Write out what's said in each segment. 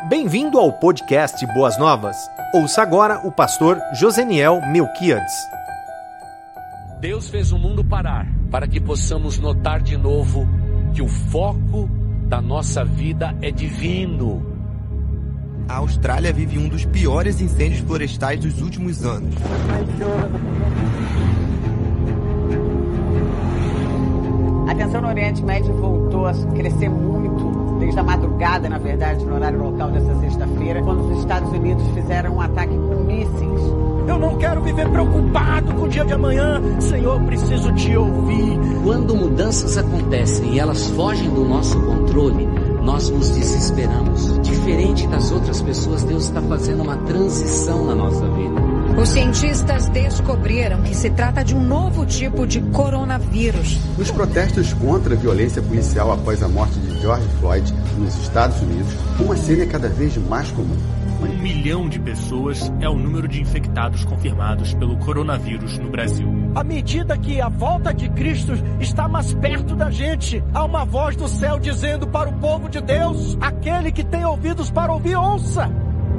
Bem-vindo ao podcast Boas Novas. Ouça agora o pastor Joseniel Melquiades. Deus fez o mundo parar para que possamos notar de novo que o foco da nossa vida é divino. A Austrália vive um dos piores incêndios florestais dos últimos anos. A tensão no Oriente Médio voltou a crescer muito desde a madrugada, na verdade, no horário local dessa sexta-feira, quando os Estados Unidos fizeram um ataque com mísseis. Eu não quero viver preocupado com o dia de amanhã. Senhor, preciso te ouvir. Quando mudanças acontecem e elas fogem do nosso controle, nós nos desesperamos. Diferente das outras pessoas, Deus está fazendo uma transição na nossa vida. Os cientistas descobriram que se trata de um novo tipo de coronavírus. Nos protestos contra a violência policial após a morte de George Floyd nos Estados Unidos, uma cena é cada vez mais comum. 1 milhão de pessoas é o número de infectados confirmados pelo coronavírus no Brasil. À medida que a volta de Cristo está mais perto da gente, há uma voz do céu dizendo para o povo de Deus: aquele que tem ouvidos para ouvir, ouça.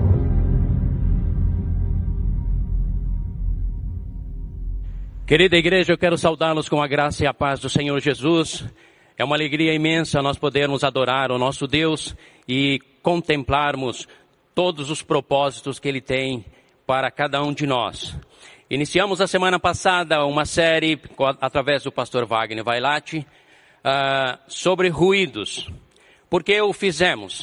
Querida igreja, eu quero saudá-los com a graça e a paz do Senhor Jesus. É uma alegria imensa nós podermos adorar o nosso Deus e contemplarmos todos os propósitos que Ele tem para cada um de nós. Iniciamos a semana passada uma série, através do pastor Wagner Vailate, sobre ruídos. Por que o fizemos?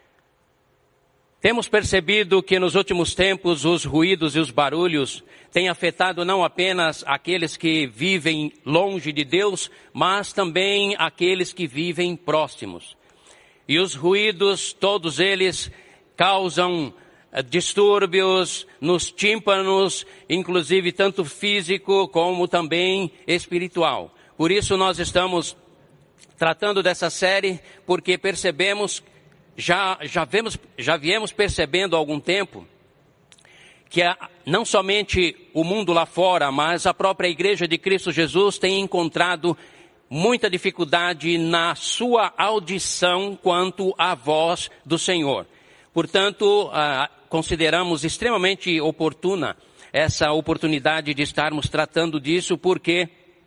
Temos percebido que nos últimos tempos os ruídos e os barulhos têm afetado não apenas aqueles que vivem longe de Deus, mas também aqueles que vivem próximos. E os ruídos, todos eles, causam distúrbios nos tímpanos, inclusive tanto físico como também espiritual. Por isso nós estamos tratando dessa série, porque percebemos, já viemos percebendo há algum tempo, que não somente o mundo lá fora, mas a própria Igreja de Cristo Jesus tem encontrado muita dificuldade na sua audição quanto à voz do Senhor. Portanto, consideramos extremamente oportuna essa oportunidade de estarmos tratando disso, porque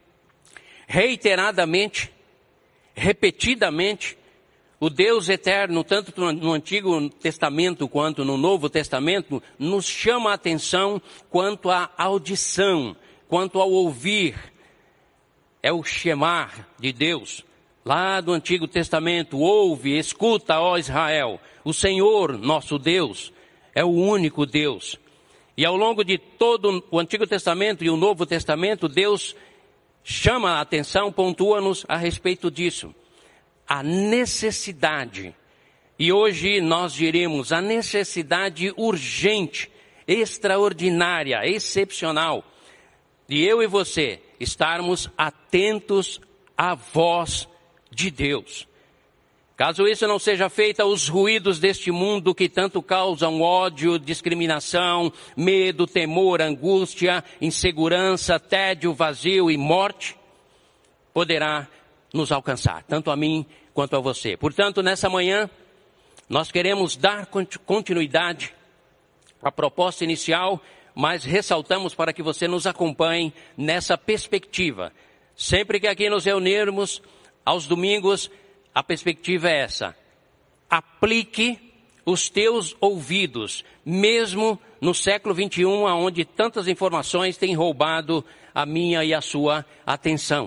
reiteradamente, repetidamente, o Deus eterno, tanto no Antigo Testamento quanto no Novo Testamento, nos chama a atenção quanto à audição, quanto ao ouvir. É o Shemar de Deus, lá do Antigo Testamento: ouve, escuta, ó Israel, o Senhor, nosso Deus, é o único Deus. E ao longo de todo o Antigo Testamento e o Novo Testamento, Deus chama a atenção, pontua-nos a respeito disso. A necessidade, e hoje nós diremos a necessidade urgente, extraordinária, excepcional, de eu e você estarmos atentos à voz de Deus. Caso isso não seja feito, os ruídos deste mundo que tanto causam ódio, discriminação, medo, temor, angústia, insegurança, tédio, vazio e morte, poderá nos alcançar, tanto a mim quanto a você. Portanto, nessa manhã, nós queremos dar continuidade à proposta inicial, mas ressaltamos para que você nos acompanhe nessa perspectiva. Sempre que aqui nos reunirmos, aos domingos, a perspectiva é essa: aplique os teus ouvidos, mesmo no século 21, onde tantas informações têm roubado a minha e a sua atenção.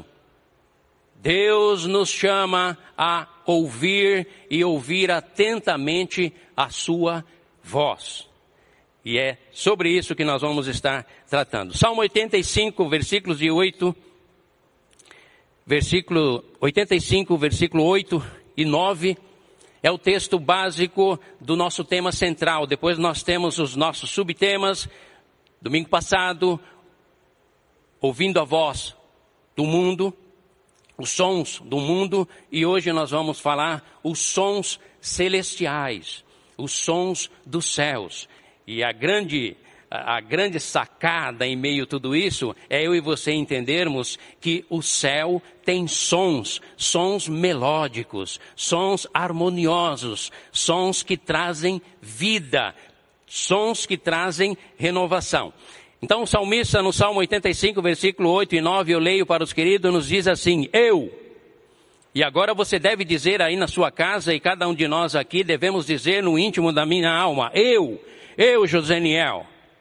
Deus nos chama a ouvir e ouvir atentamente a sua voz. E é sobre isso que nós vamos estar tratando. Salmo 85, versículos de 8, versículo 85, versículo 8 e 9, é o texto básico do nosso tema central. Depois nós temos os nossos subtemas. Domingo passado, ouvindo a voz do mundo, os sons do mundo, e hoje nós vamos falar os sons celestiais, os sons dos céus. E a grande a grande sacada em meio a tudo isso é eu e você entendermos que o céu tem sons melódicos, sons harmoniosos, sons que trazem vida, sons que trazem renovação. Então o salmista no Salmo 85, versículo 8 e 9, eu leio para os queridos, nos diz assim: e agora você deve dizer aí na sua casa, e cada um de nós aqui devemos dizer no íntimo da minha alma: eu, Joseniel,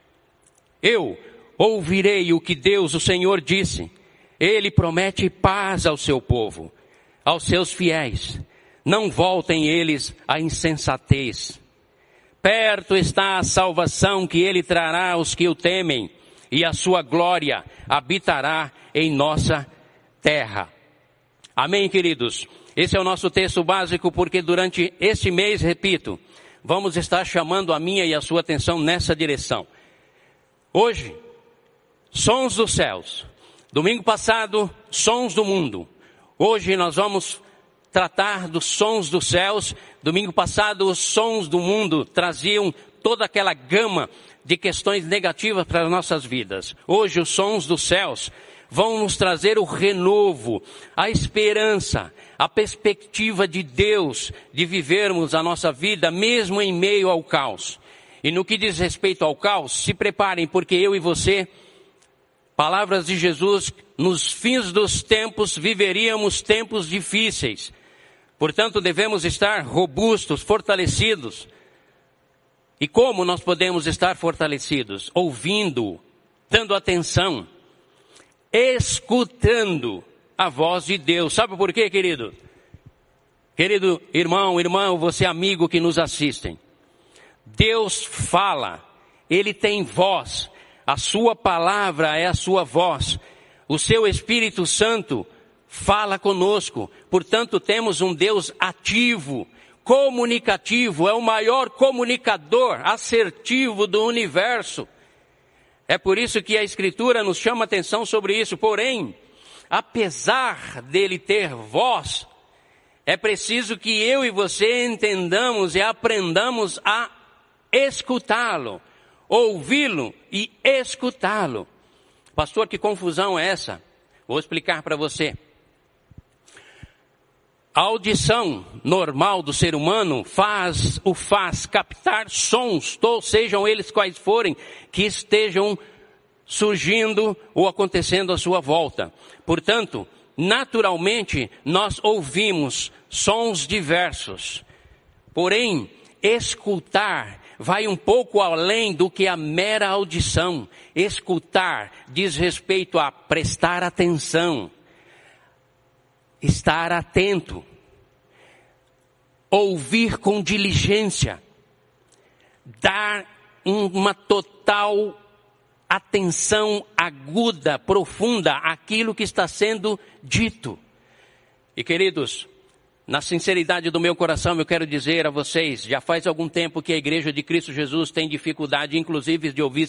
eu ouvirei o que Deus, o Senhor, disse. Ele promete paz ao seu povo, aos seus fiéis. Não voltem eles à insensatez. Perto está a salvação que ele trará aos que o temem, e a sua glória habitará em nossa terra. Amém, queridos? Esse é o nosso texto básico, porque durante este mês, repito, vamos estar chamando a minha e a sua atenção nessa direção. Hoje, sons dos céus. Domingo passado, sons do mundo. Hoje nós vamos tratar dos sons dos céus. Domingo passado, os sons do mundo traziam toda aquela gama de questões negativas para as nossas vidas. Hoje, os sons dos céus vão nos trazer o renovo, a esperança, a perspectiva de Deus de vivermos a nossa vida mesmo em meio ao caos. E no que diz respeito ao caos, se preparem, porque eu e você, palavras de Jesus, nos fins dos tempos viveríamos tempos difíceis. Portanto, devemos estar robustos, fortalecidos. E como nós podemos estar fortalecidos? Ouvindo, dando atenção, escutando a voz de Deus. Sabe por quê, querido? Querido irmão, irmã, você amigo que nos assistem. Deus fala, Ele tem voz, a sua palavra é a sua voz. O seu Espírito Santo fala conosco. Portanto, temos um Deus ativo, comunicativo, é o maior comunicador assertivo do universo. É por isso que a Escritura nos chama atenção sobre isso. Porém, apesar dele ter voz, é preciso que eu e você entendamos e aprendamos a escutá-lo, ouvi-lo e escutá-lo. Pastor, que confusão é essa? Vou explicar para você. A audição normal do ser humano o faz captar sons, sejam eles quais forem, que estejam surgindo ou acontecendo à sua volta. Portanto, naturalmente, nós ouvimos sons diversos. Porém, escutar vai um pouco além do que a mera audição. Escutar diz respeito a prestar atenção, estar atento, ouvir com diligência, dar uma total atenção aguda, profunda àquilo que está sendo dito. E queridos, na sinceridade do meu coração, eu quero dizer a vocês, já faz algum tempo que a Igreja de Cristo Jesus tem dificuldade, inclusive, de ouvir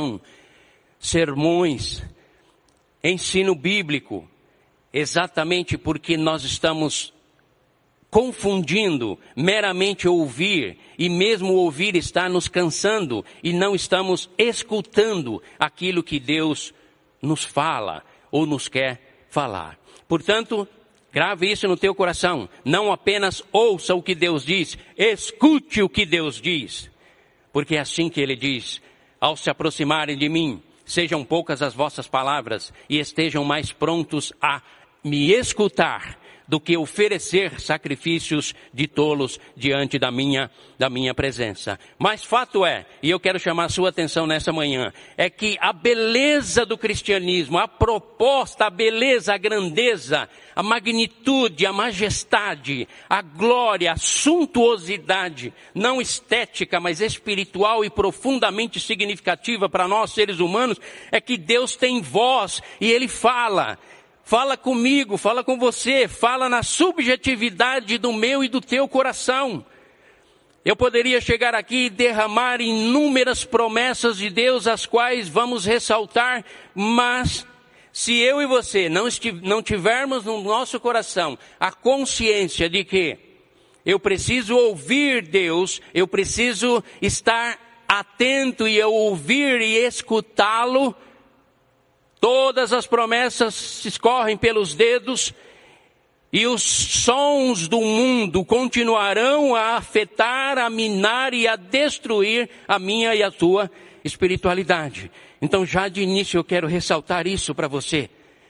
sermões, ensino bíblico, exatamente porque nós estamos confundindo meramente ouvir, e mesmo ouvir está nos cansando, e não estamos escutando aquilo que Deus nos fala, ou nos quer falar. Portanto, grave isso no teu coração. Não apenas ouça o que Deus diz, escute o que Deus diz. Porque é assim que Ele diz: ao se aproximarem de mim, sejam poucas as vossas palavras e estejam mais prontos a me escutar do que oferecer sacrifícios de tolos diante da minha presença. Mas fato é, e eu quero chamar a sua atenção nessa manhã, é que a beleza do cristianismo, a proposta, a beleza, a grandeza, a magnitude, a majestade, a glória, a suntuosidade, não estética, mas espiritual e profundamente significativa para nós seres humanos, é que Deus tem voz e Ele fala. Fala comigo, fala com você, fala na subjetividade do meu e do teu coração. Eu poderia chegar aqui e derramar inúmeras promessas de Deus, as quais vamos ressaltar, mas se eu e você não tivermos no nosso coração a consciência de que eu preciso ouvir Deus, eu preciso estar atento e eu ouvir e escutá-lo, todas as promessas escorrem pelos dedos e os sons do mundo continuarão a afetar, a minar e a destruir a minha e a tua espiritualidade. Então já de início eu quero ressaltar isso para você.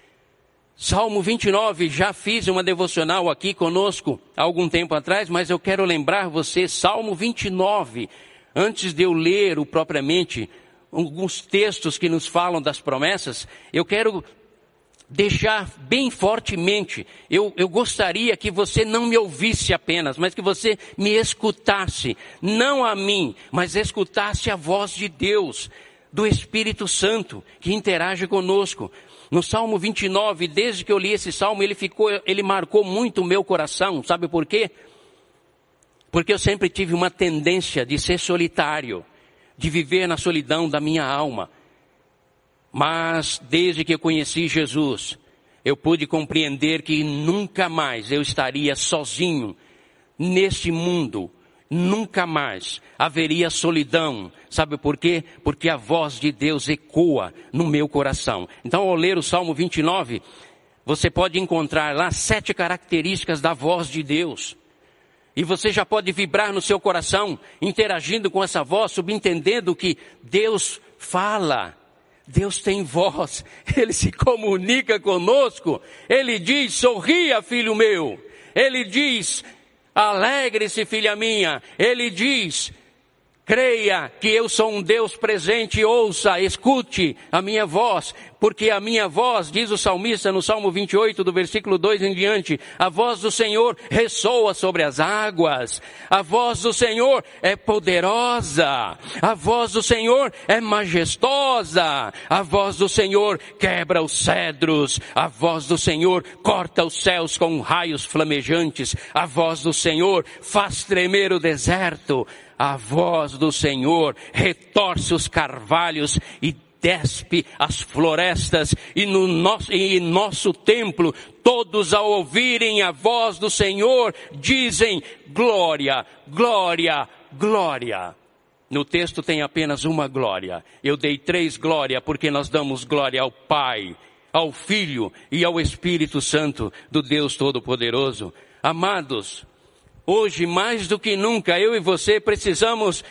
Salmo 29, já fiz uma devocional aqui conosco há algum tempo atrás, mas eu quero lembrar você, Salmo 29, antes de eu ler propriamente alguns textos que nos falam das promessas, eu quero deixar bem fortemente, eu gostaria que você não me ouvisse apenas, mas que você me escutasse, não a mim, mas escutasse a voz de Deus, do Espírito Santo, que interage conosco. No Salmo 29, desde que eu li esse Salmo, ele marcou muito o meu coração, sabe por quê? Porque eu sempre tive uma tendência de ser solitário, de viver na solidão da minha alma. Mas desde que eu conheci Jesus, eu pude compreender que nunca mais eu estaria sozinho neste mundo. Nunca mais haveria solidão. Sabe por quê? Porque a voz de Deus ecoa no meu coração. Então, ao ler o Salmo 29, você pode encontrar lá 7 características da voz de Deus. E você já pode vibrar no seu coração, interagindo com essa voz, subentendendo que Deus fala. Deus tem voz, Ele se comunica conosco, Ele diz, sorria filho meu, Ele diz, alegre-se filha minha, Ele diz, creia que eu sou um Deus presente, ouça, escute a minha voz, porque a minha voz, diz o salmista no Salmo 28, do versículo 2 em diante, a voz do Senhor ressoa sobre as águas, a voz do Senhor é poderosa, a voz do Senhor é majestosa, a voz do Senhor quebra os cedros, a voz do Senhor corta os céus com raios flamejantes, a voz do Senhor faz tremer o deserto, a voz do Senhor retorce os carvalhos e despe as florestas, e em nosso templo, todos ao ouvirem a voz do Senhor, dizem, glória, glória, glória. No texto tem apenas uma glória. Eu dei 3 glórias, porque nós damos glória ao Pai, ao Filho e ao Espírito Santo do Deus Todo-Poderoso. Amados, hoje, mais do que nunca, eu e você precisamos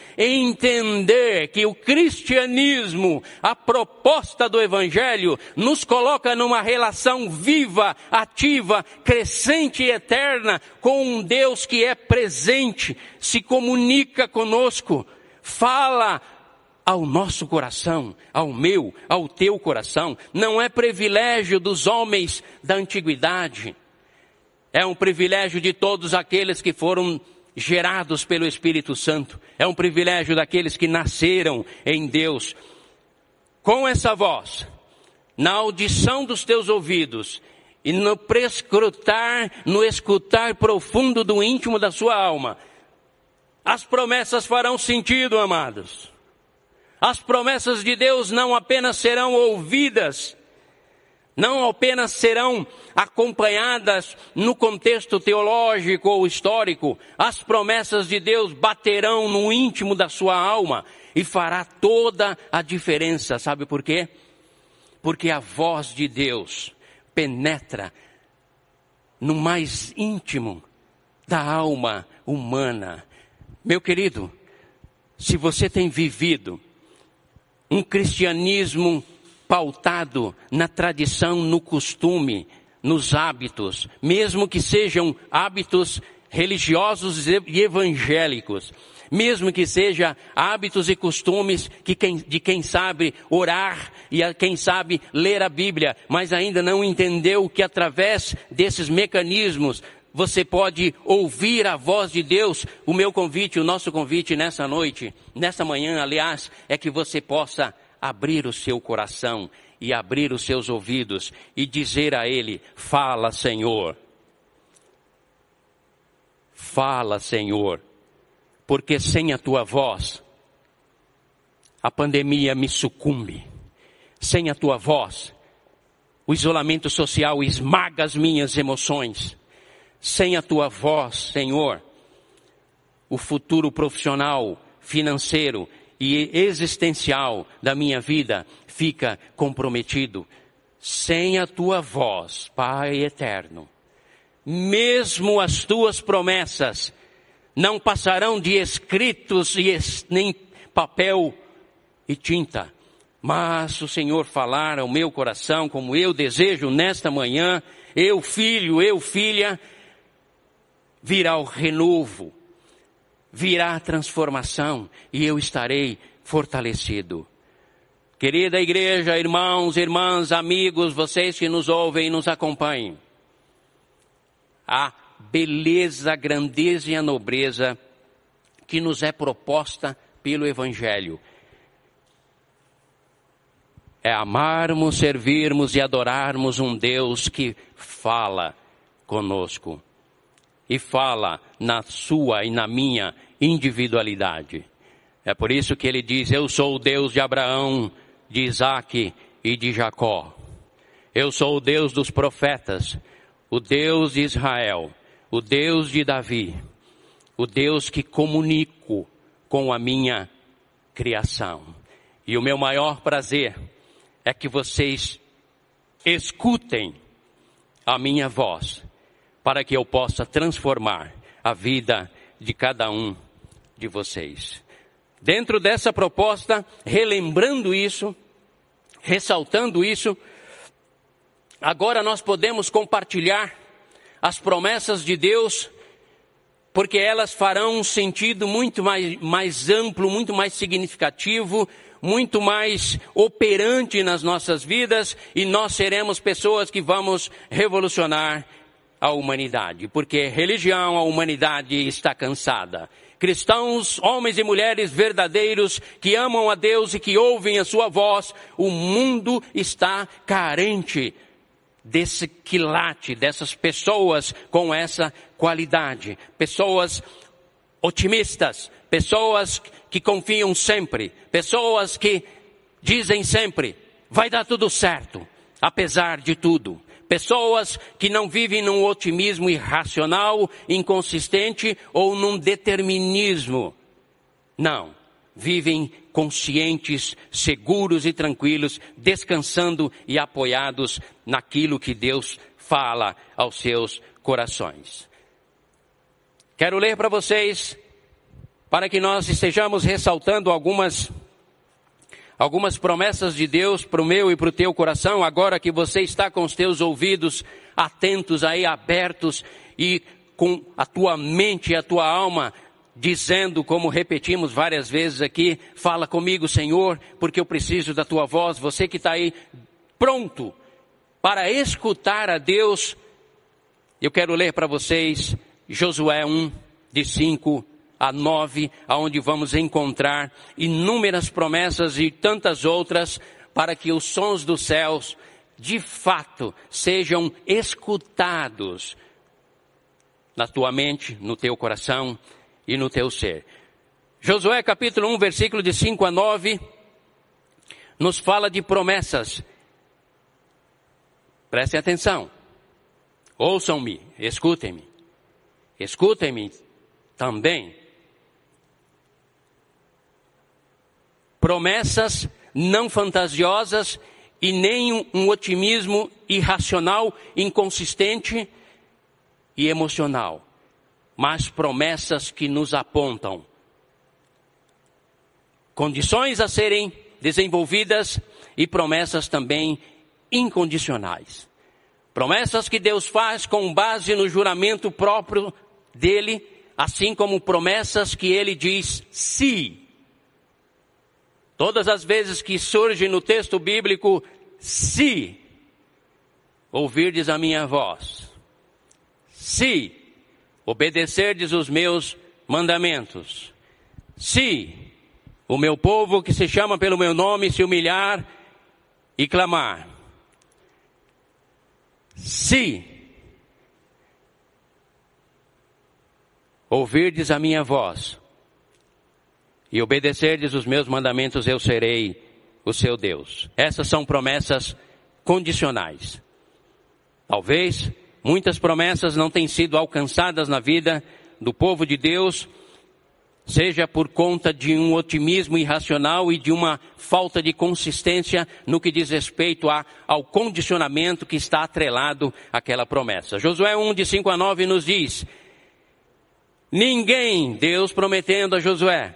entender que o cristianismo, a proposta do Evangelho, nos coloca numa relação viva, ativa, crescente e eterna com um Deus que é presente, se comunica conosco, fala ao nosso coração, ao meu, ao teu coração. Não é privilégio dos homens da antiguidade. É um privilégio de todos aqueles que foram gerados pelo Espírito Santo. É um privilégio daqueles que nasceram em Deus. Com essa voz, na audição dos teus ouvidos e no prescrutar, no escutar profundo do íntimo da sua alma, as promessas farão sentido, amados. As promessas de Deus não apenas serão ouvidas, não apenas serão acompanhadas no contexto teológico ou histórico, as promessas de Deus baterão no íntimo da sua alma e fará toda a diferença. Sabe por quê? Porque a voz de Deus penetra no mais íntimo da alma humana. Meu querido, se você tem vivido um cristianismo pautado na tradição, no costume, nos hábitos, mesmo que sejam hábitos religiosos e evangélicos, mesmo que sejam hábitos e costumes de quem sabe orar e quem sabe ler a Bíblia, mas ainda não entendeu que através desses mecanismos você pode ouvir a voz de Deus. O meu convite, o nosso convite nessa noite, nessa manhã, aliás, é que você possa abrir o seu coração e abrir os seus ouvidos e dizer a Ele, fala Senhor. Fala Senhor, porque sem a tua voz, a pandemia me sucumbe. Sem a tua voz, o isolamento social esmaga as minhas emoções. Sem a tua voz, Senhor, o futuro profissional, financeiro e existencial da minha vida fica comprometido. Sem a tua voz, Pai eterno, mesmo as tuas promessas não passarão de escritos e nem papel e tinta. Mas o Senhor falar ao meu coração, como eu desejo nesta manhã, eu filho, eu filha, virá o renovo, virá a transformação e eu estarei fortalecido. Querida igreja, irmãos, irmãs, amigos, vocês que nos ouvem e nos acompanhem, a beleza, a grandeza e a nobreza que nos é proposta pelo Evangelho é amarmos, servirmos e adorarmos um Deus que fala conosco e fala na sua e na minha individualidade. É por isso que ele diz: eu sou o Deus de Abraão, de Isaque e de Jacó. Eu sou o Deus dos profetas, o Deus de Israel, o Deus de Davi, o Deus que comunico com a minha criação. E o meu maior prazer é que vocês escutem a minha voz, para que eu possa transformar a vida de cada um de vocês. Dentro dessa proposta, relembrando isso, ressaltando isso, agora nós podemos compartilhar as promessas de Deus, porque elas farão um sentido muito mais amplo, muito mais significativo, muito mais operante nas nossas vidas, e nós seremos pessoas que vamos revolucionar a humanidade, porque religião, a humanidade está cansada. Cristãos, homens e mulheres verdadeiros que amam a Deus e que ouvem a sua voz, o mundo está carente desse quilate, dessas pessoas com essa qualidade. Pessoas otimistas, pessoas que confiam sempre, pessoas que dizem sempre, vai dar tudo certo, apesar de tudo. Pessoas que não vivem num otimismo irracional, inconsistente ou num determinismo. Não, vivem conscientes, seguros e tranquilos, descansando e apoiados naquilo que Deus fala aos seus corações. Quero ler para vocês, para que nós estejamos ressaltando algumas promessas de Deus para o meu e para o teu coração, agora que você está com os teus ouvidos atentos aí, abertos, e com a tua mente e a tua alma dizendo, como repetimos várias vezes aqui, fala comigo, Senhor, porque eu preciso da tua voz. Você que está aí pronto para escutar a Deus, eu quero ler para vocês Josué 1, de 5 a 9, aonde vamos encontrar inúmeras promessas e tantas outras para que os sons dos céus de fato sejam escutados na tua mente, no teu coração e no teu ser. Josué capítulo 1, versículo de 5 a 9, nos fala de promessas. Prestem atenção. Ouçam-me, escutem-me. Escutem-me também. Promessas não fantasiosas e nem um otimismo irracional, inconsistente e emocional, mas promessas que nos apontam condições a serem desenvolvidas e promessas também incondicionais. Promessas que Deus faz com base no juramento próprio dele, assim como promessas que ele diz sim. Todas as vezes que surge no texto bíblico, se ouvirdes a minha voz, se obedecerdes os meus mandamentos, se o meu povo que se chama pelo meu nome se humilhar e clamar, se ouvirdes a minha voz, e obedecerdes os meus mandamentos, eu serei o seu Deus. Essas são promessas condicionais. Talvez muitas promessas não tenham sido alcançadas na vida do povo de Deus, seja por conta de um otimismo irracional e de uma falta de consistência no que diz respeito ao condicionamento que está atrelado àquela promessa. Josué 1, de 5 a 9 nos diz: ninguém, Deus prometendo a Josué,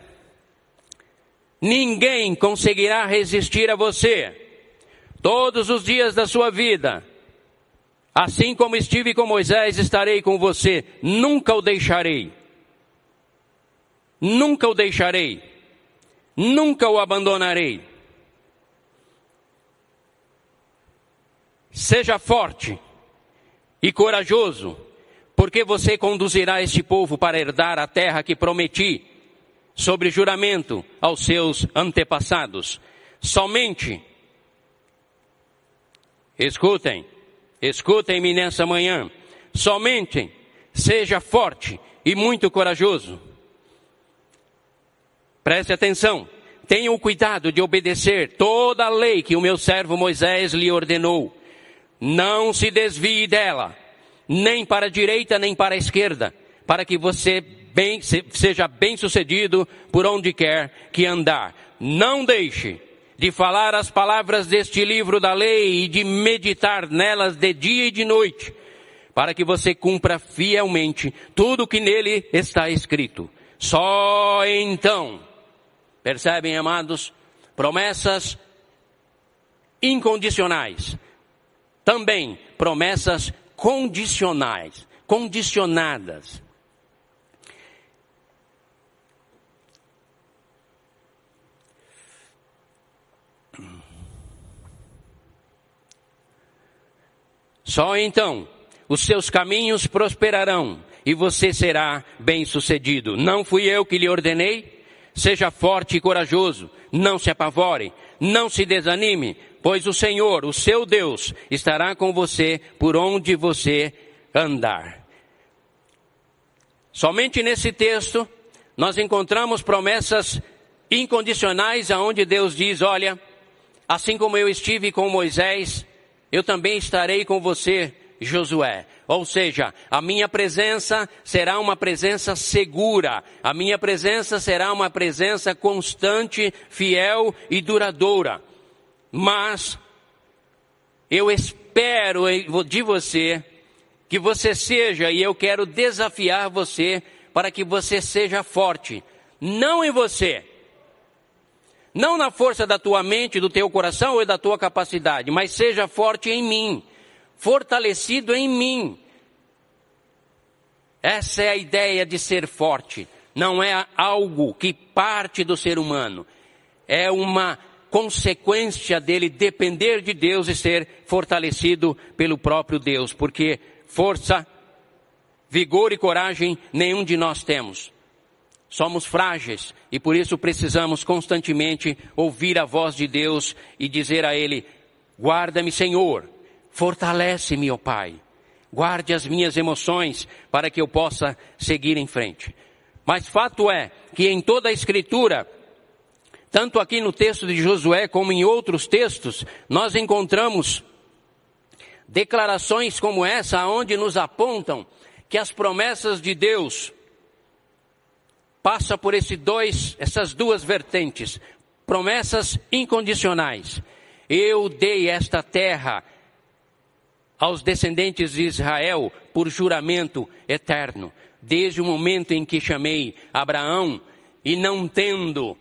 ninguém conseguirá resistir a você todos os dias da sua vida. Assim como estive com Moisés, estarei com você, nunca o deixarei. Nunca o deixarei, nunca o abandonarei. Seja forte e corajoso, porque você conduzirá este povo para herdar a terra que prometi, sobre juramento aos seus antepassados. Somente, escutem-me nessa manhã, somente seja forte e muito corajoso. Preste atenção, tenha o cuidado de obedecer toda a lei que o meu servo Moisés lhe ordenou. Não se desvie dela, nem para a direita nem para a esquerda, para que você seja bem-sucedido por onde quer que andar. Não deixe de falar as palavras deste livro da lei e de meditar nelas de dia e de noite, para que você cumpra fielmente tudo o que nele está escrito. Só então, percebem, amados, promessas incondicionais, também promessas condicionais, condicionadas. Só então os seus caminhos prosperarão e você será bem-sucedido. Não fui eu que lhe ordenei? Seja forte e corajoso, não se apavore, não se desanime, pois o Senhor, o seu Deus, estará com você por onde você andar. Somente nesse texto nós encontramos promessas incondicionais, aonde Deus diz: olha, assim como eu estive com Moisés, eu também estarei com você, Josué. Ou seja, a minha presença será uma presença segura. A minha presença será uma presença constante, fiel e duradoura. Mas eu espero de você que você seja, e eu quero desafiar você para que você seja forte. Não em você, não na força da tua mente, do teu coração ou da tua capacidade, mas seja forte em mim, fortalecido em mim. Essa é a ideia de ser forte. Não é algo que parte do ser humano. É uma consequência dele depender de Deus e ser fortalecido pelo próprio Deus. Porque força, vigor e coragem nenhum de nós temos. Somos frágeis e por isso precisamos constantemente ouvir a voz de Deus e dizer a Ele: guarda-me, Senhor, fortalece-me, ó Pai, guarde as minhas emoções para que eu possa seguir em frente. Mas fato é que em toda a Escritura, tanto aqui no texto de Josué como em outros textos, nós encontramos declarações como essa, onde nos apontam que as promessas de Deus passa por essas duas vertentes, promessas incondicionais. Eu dei esta terra aos descendentes de Israel por juramento eterno, desde o momento em que chamei Abraão, e não tendo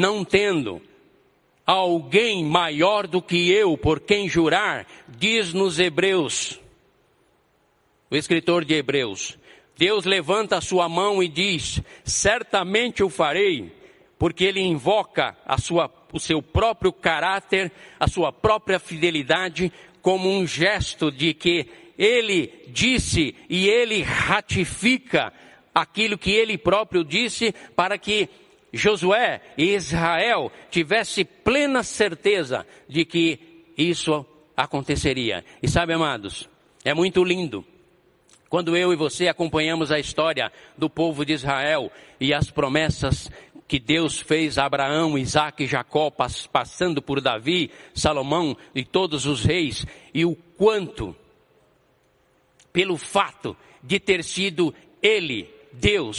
alguém maior do que eu por quem jurar, diz nos Hebreus, o escritor de Hebreus, Deus levanta a sua mão e diz: certamente o farei, porque ele invoca o seu próprio caráter, a sua própria fidelidade, como um gesto de que ele disse e ele ratifica aquilo que ele próprio disse, para que Josué e Israel tivesse plena certeza de que isso aconteceria. E sabe, amados, é muito lindo quando eu e você acompanhamos a história do povo de Israel e as promessas que Deus fez a Abraão, Isaac e Jacó, passando por Davi, Salomão e todos os reis, e o quanto, pelo fato de ter sido Ele, Deus,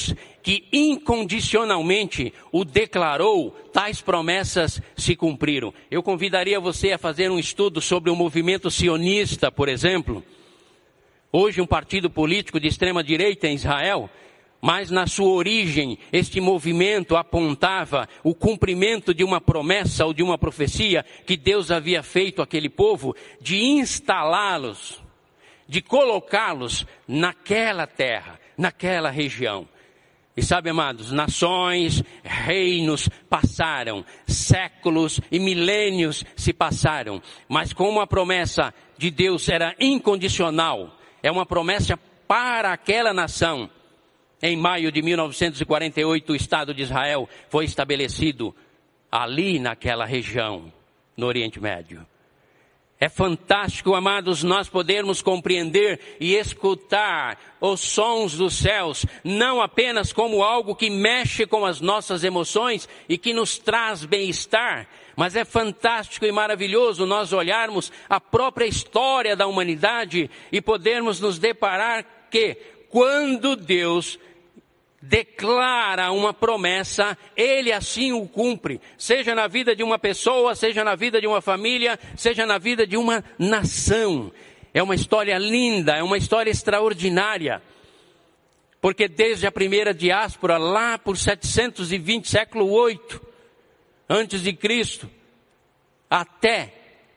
que incondicionalmente o declarou, tais promessas se cumpriram. Eu convidaria você a fazer um estudo sobre o movimento sionista, por exemplo. Hoje um partido político de extrema direita em Israel, mas na sua origem este movimento apontava o cumprimento de uma promessa ou de uma profecia que Deus havia feito àquele povo, de instalá-los, de colocá-los naquela terra, naquela região. E sabe, amados, nações, reinos passaram, séculos e milênios se passaram, mas como a promessa de Deus era incondicional, é uma promessa para aquela nação. Em maio de 1948, o Estado de Israel foi estabelecido ali naquela região, no Oriente Médio. É fantástico, amados, nós podermos compreender e escutar os sons dos céus, não apenas como algo que mexe com as nossas emoções e que nos traz bem-estar, mas é fantástico e maravilhoso nós olharmos a própria história da humanidade e podermos nos deparar que, quando Deus declara uma promessa, Ele assim o cumpre, seja na vida de uma pessoa, seja na vida de uma família, seja na vida de uma nação. É uma história linda, é uma história extraordinária, porque desde a primeira diáspora, lá por 720, século 8, antes de Cristo, até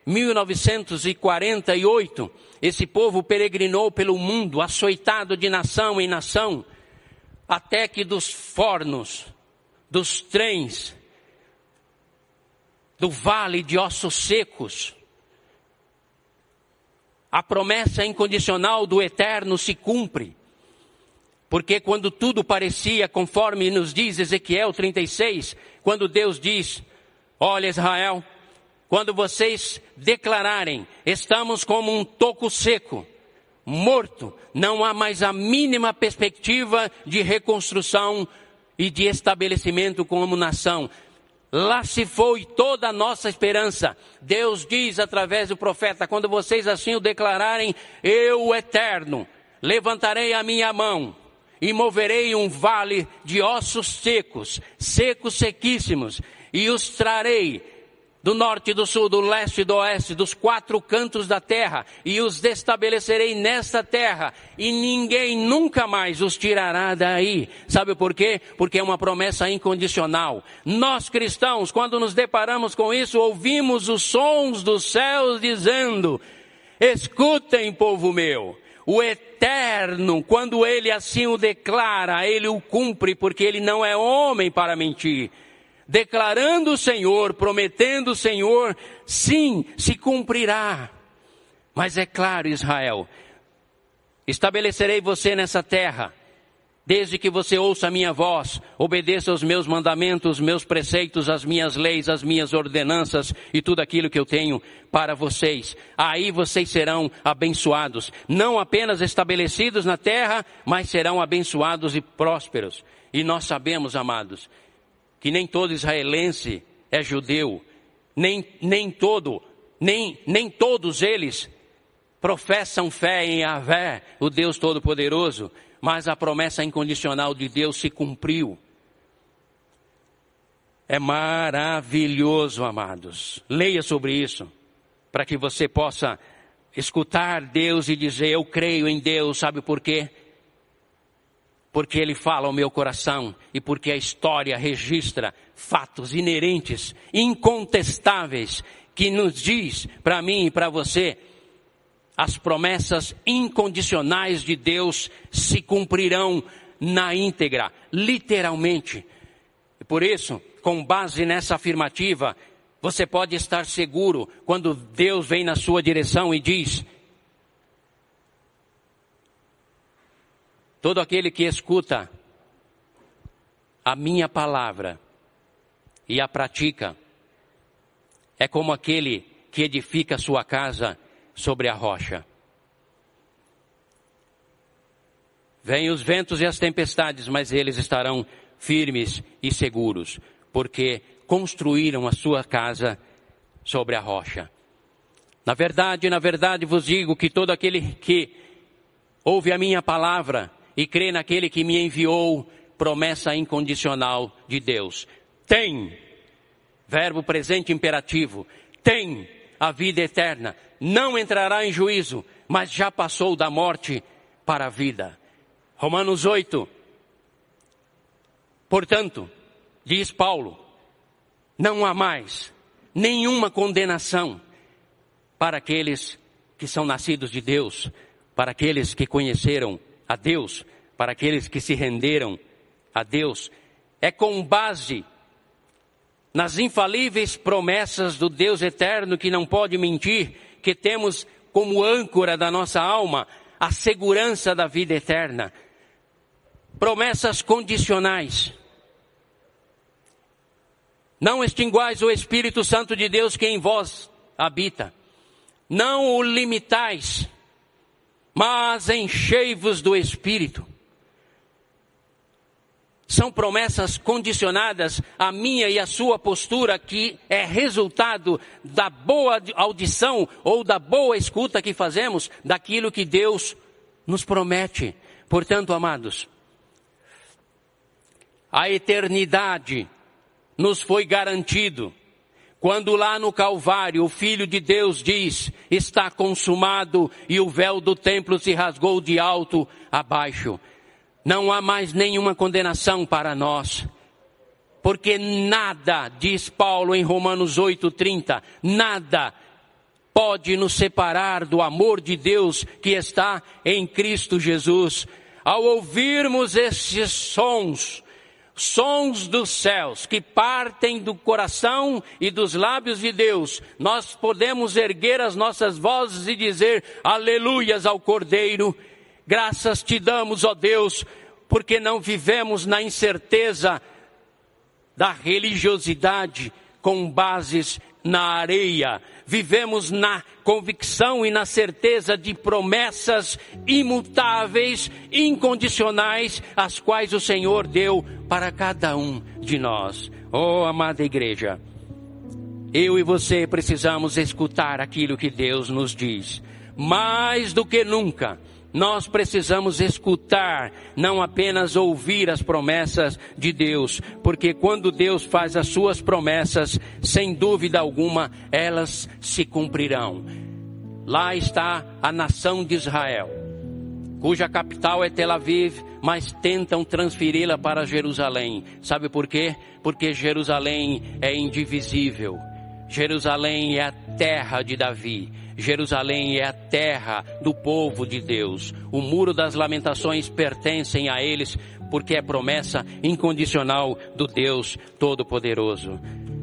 1948, esse povo peregrinou pelo mundo, açoitado de nação em nação, até que dos fornos, dos trens, do vale de ossos secos, a promessa incondicional do Eterno se cumpre. Porque quando tudo parecia, conforme nos diz Ezequiel 36, quando Deus diz, olha Israel, quando vocês declararem, estamos como um toco seco, morto, não há mais a mínima perspectiva de reconstrução e de estabelecimento como nação. Lá se foi toda a nossa esperança. Deus diz através do profeta, quando vocês assim o declararem, eu, o Eterno, levantarei a minha mão e moverei um vale de ossos secos, secos, sequíssimos, e os trarei do norte, do sul, do leste e do oeste, dos quatro cantos da terra, e os estabelecerei nesta terra, e ninguém nunca mais os tirará daí. Sabe por quê? Porque é uma promessa incondicional. Nós cristãos, quando nos deparamos com isso, ouvimos os sons dos céus dizendo, escutem, povo meu, o Eterno, quando Ele assim o declara, Ele o cumpre, porque Ele não é homem para mentir. Declarando o Senhor, prometendo o Senhor, sim, se cumprirá. Mas é claro, Israel, estabelecerei você nessa terra, desde que você ouça a minha voz, obedeça aos meus mandamentos, meus preceitos, as minhas leis, as minhas ordenanças e tudo aquilo que eu tenho para vocês. Aí vocês serão abençoados, não apenas estabelecidos na terra, mas serão abençoados e prósperos. E nós sabemos, amados, que nem todo israelense é judeu, nem todos eles professam fé em Yahvé, o Deus Todo-Poderoso, mas a promessa incondicional de Deus se cumpriu. É maravilhoso, amados. Leia sobre isso, para que você possa escutar Deus e dizer, eu creio em Deus, sabe por quê? Porque Ele fala ao meu coração e porque a história registra fatos inerentes, incontestáveis, que nos diz para mim e para você, as promessas incondicionais de Deus se cumprirão na íntegra, literalmente. E por isso, com base nessa afirmativa, você pode estar seguro quando Deus vem na sua direção e diz, todo aquele que escuta a minha palavra e a pratica, é como aquele que edifica sua casa sobre a rocha. Vêm os ventos e as tempestades, mas eles estarão firmes e seguros, porque construíram a sua casa sobre a rocha. Na verdade vos digo que todo aquele que ouve a minha palavra e crê naquele que me enviou, promessa incondicional de Deus. Tem, verbo presente imperativo, tem a vida eterna. Não entrará em juízo, mas já passou da morte para a vida. Romanos 8. Portanto, diz Paulo, não há mais nenhuma condenação para aqueles que são nascidos de Deus, para aqueles que conheceram a Deus, para aqueles que se renderam a Deus. É com base nas infalíveis promessas do Deus eterno que não pode mentir, que temos como âncora da nossa alma a segurança da vida eterna. Promessas condicionais. Não extinguais o Espírito Santo de Deus que em vós habita. Não o limitais, mas enchei-vos do Espírito. São promessas condicionadas à minha e à sua postura, que é resultado da boa audição ou da boa escuta que fazemos daquilo que Deus nos promete. Portanto, amados, a eternidade nos foi garantido. Quando lá no Calvário o Filho de Deus diz, está consumado, e o véu do templo se rasgou de alto a baixo. Não há mais nenhuma condenação para nós. Porque nada, diz Paulo em Romanos 8:30, nada pode nos separar do amor de Deus que está em Cristo Jesus. Ao ouvirmos esses sons dos céus que partem do coração e dos lábios de Deus, nós podemos erguer as nossas vozes e dizer aleluias ao Cordeiro. Graças te damos, ó Deus, porque não vivemos na incerteza da religiosidade com bases na areia. Vivemos na convicção e na certeza de promessas imutáveis, incondicionais, as quais o Senhor deu para cada um de nós. Oh, amada igreja, eu e você precisamos escutar aquilo que Deus nos diz. Mais do que nunca, nós precisamos escutar, não apenas ouvir as promessas de Deus, porque quando Deus faz as suas promessas, sem dúvida alguma, elas se cumprirão. Lá está a nação de Israel, cuja capital é Tel Aviv, mas tentam transferi-la para Jerusalém. Sabe por quê? Porque Jerusalém é indivisível. Jerusalém é a terra de Davi. Jerusalém é a terra do povo de Deus. O muro das lamentações pertencem a eles, porque é promessa incondicional do Deus Todo-Poderoso.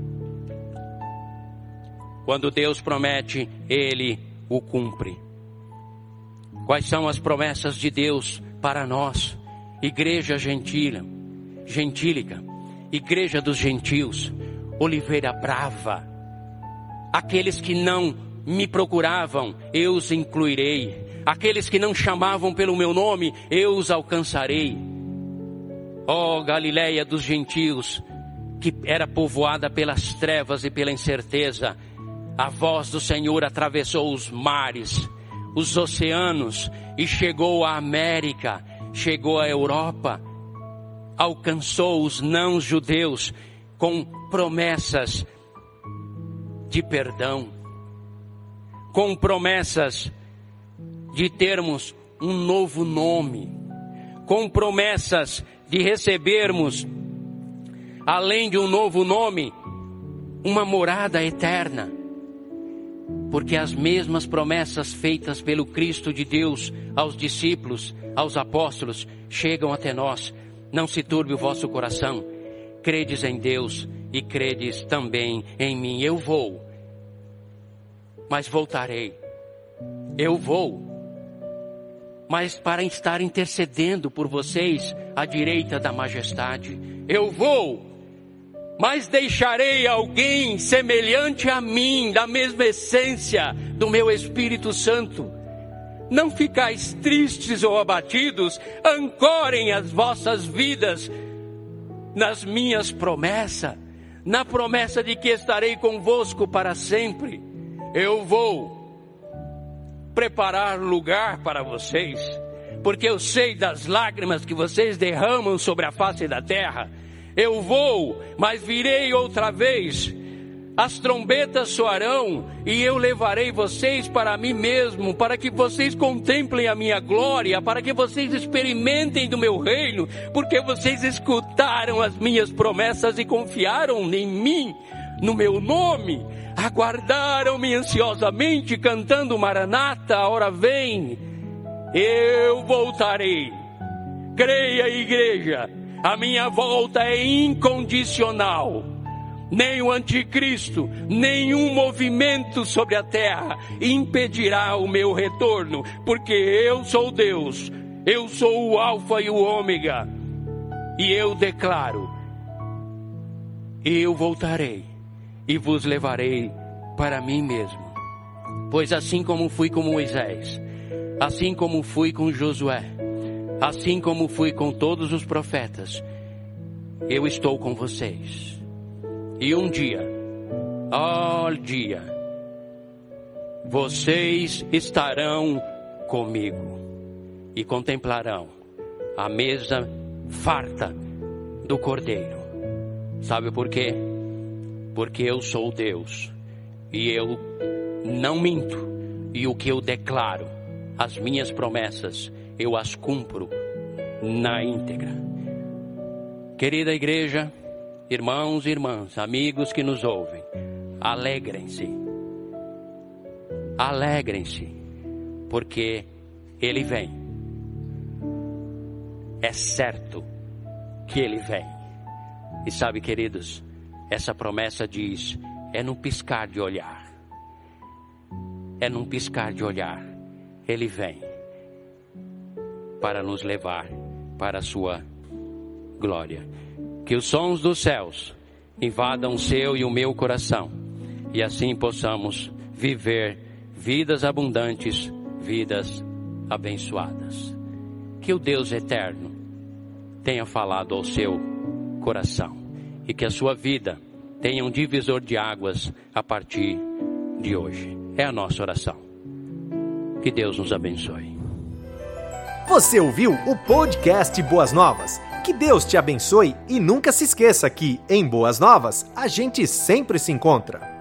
Quando Deus promete, Ele o cumpre. Quais são as promessas de Deus para nós? Igreja gentílica, Igreja dos Gentios, Oliveira Brava. Aqueles que não me procuravam, eu os incluirei. Aqueles que não chamavam pelo meu nome, eu os alcançarei. Ó Galileia dos gentios, que era povoada pelas trevas e pela incerteza, a voz do Senhor atravessou os mares, os oceanos, e chegou à América, chegou à Europa, alcançou os não-judeus com promessas de perdão, com promessas de termos um novo nome, com promessas de recebermos, além de um novo nome, uma morada eterna. Porque as mesmas promessas feitas pelo Cristo de Deus aos discípulos, aos apóstolos, chegam até nós. Não se turbe o vosso coração. Credes em Deus e credes também em mim. Eu vou, mas voltarei. Eu vou, mas para estar intercedendo por vocês à direita da majestade. Eu vou, mas deixarei alguém semelhante a mim, da mesma essência do meu Espírito Santo. Não ficais tristes ou abatidos, ancorem as vossas vidas nas minhas promessas, na promessa de que estarei convosco para sempre. Eu vou preparar lugar para vocês, porque eu sei das lágrimas que vocês derramam sobre a face da terra. Eu vou, mas virei outra vez. As trombetas soarão e eu levarei vocês para mim mesmo, para que vocês contemplem a minha glória, para que vocês experimentem do meu reino, porque vocês escutaram as minhas promessas e confiaram em mim, no meu nome. Aguardaram-me ansiosamente, cantando Maranata, a hora vem. Eu voltarei. Creia, igreja, a minha volta é incondicional. Nem o anticristo, nenhum movimento sobre a terra impedirá o meu retorno, porque eu sou Deus, eu sou o Alfa e o Ômega, e eu declaro: eu voltarei e vos levarei para mim mesmo. Pois assim como fui com Moisés, assim como fui com Josué, assim como fui com todos os profetas, eu estou com vocês. E um dia, vocês estarão comigo e contemplarão a mesa farta do Cordeiro. Sabe por quê? Porque eu sou Deus e eu não minto, e o que eu declaro, as minhas promessas, eu as cumpro na íntegra. Querida igreja, irmãos e irmãs, amigos que nos ouvem, alegrem-se, porque Ele vem. É certo que Ele vem. E sabe, queridos, essa promessa diz, é num piscar de olhar. É num piscar de olhar. Ele vem para nos levar para a sua glória. Que os sons dos céus invadam o seu e o meu coração, e assim possamos viver vidas abundantes, vidas abençoadas. Que o Deus eterno tenha falado ao seu coração, e que a sua vida tenha um divisor de águas a partir de hoje. É a nossa oração. Que Deus nos abençoe. Você ouviu o podcast Boas Novas? Que Deus te abençoe e nunca se esqueça que, em Boas Novas, a gente sempre se encontra.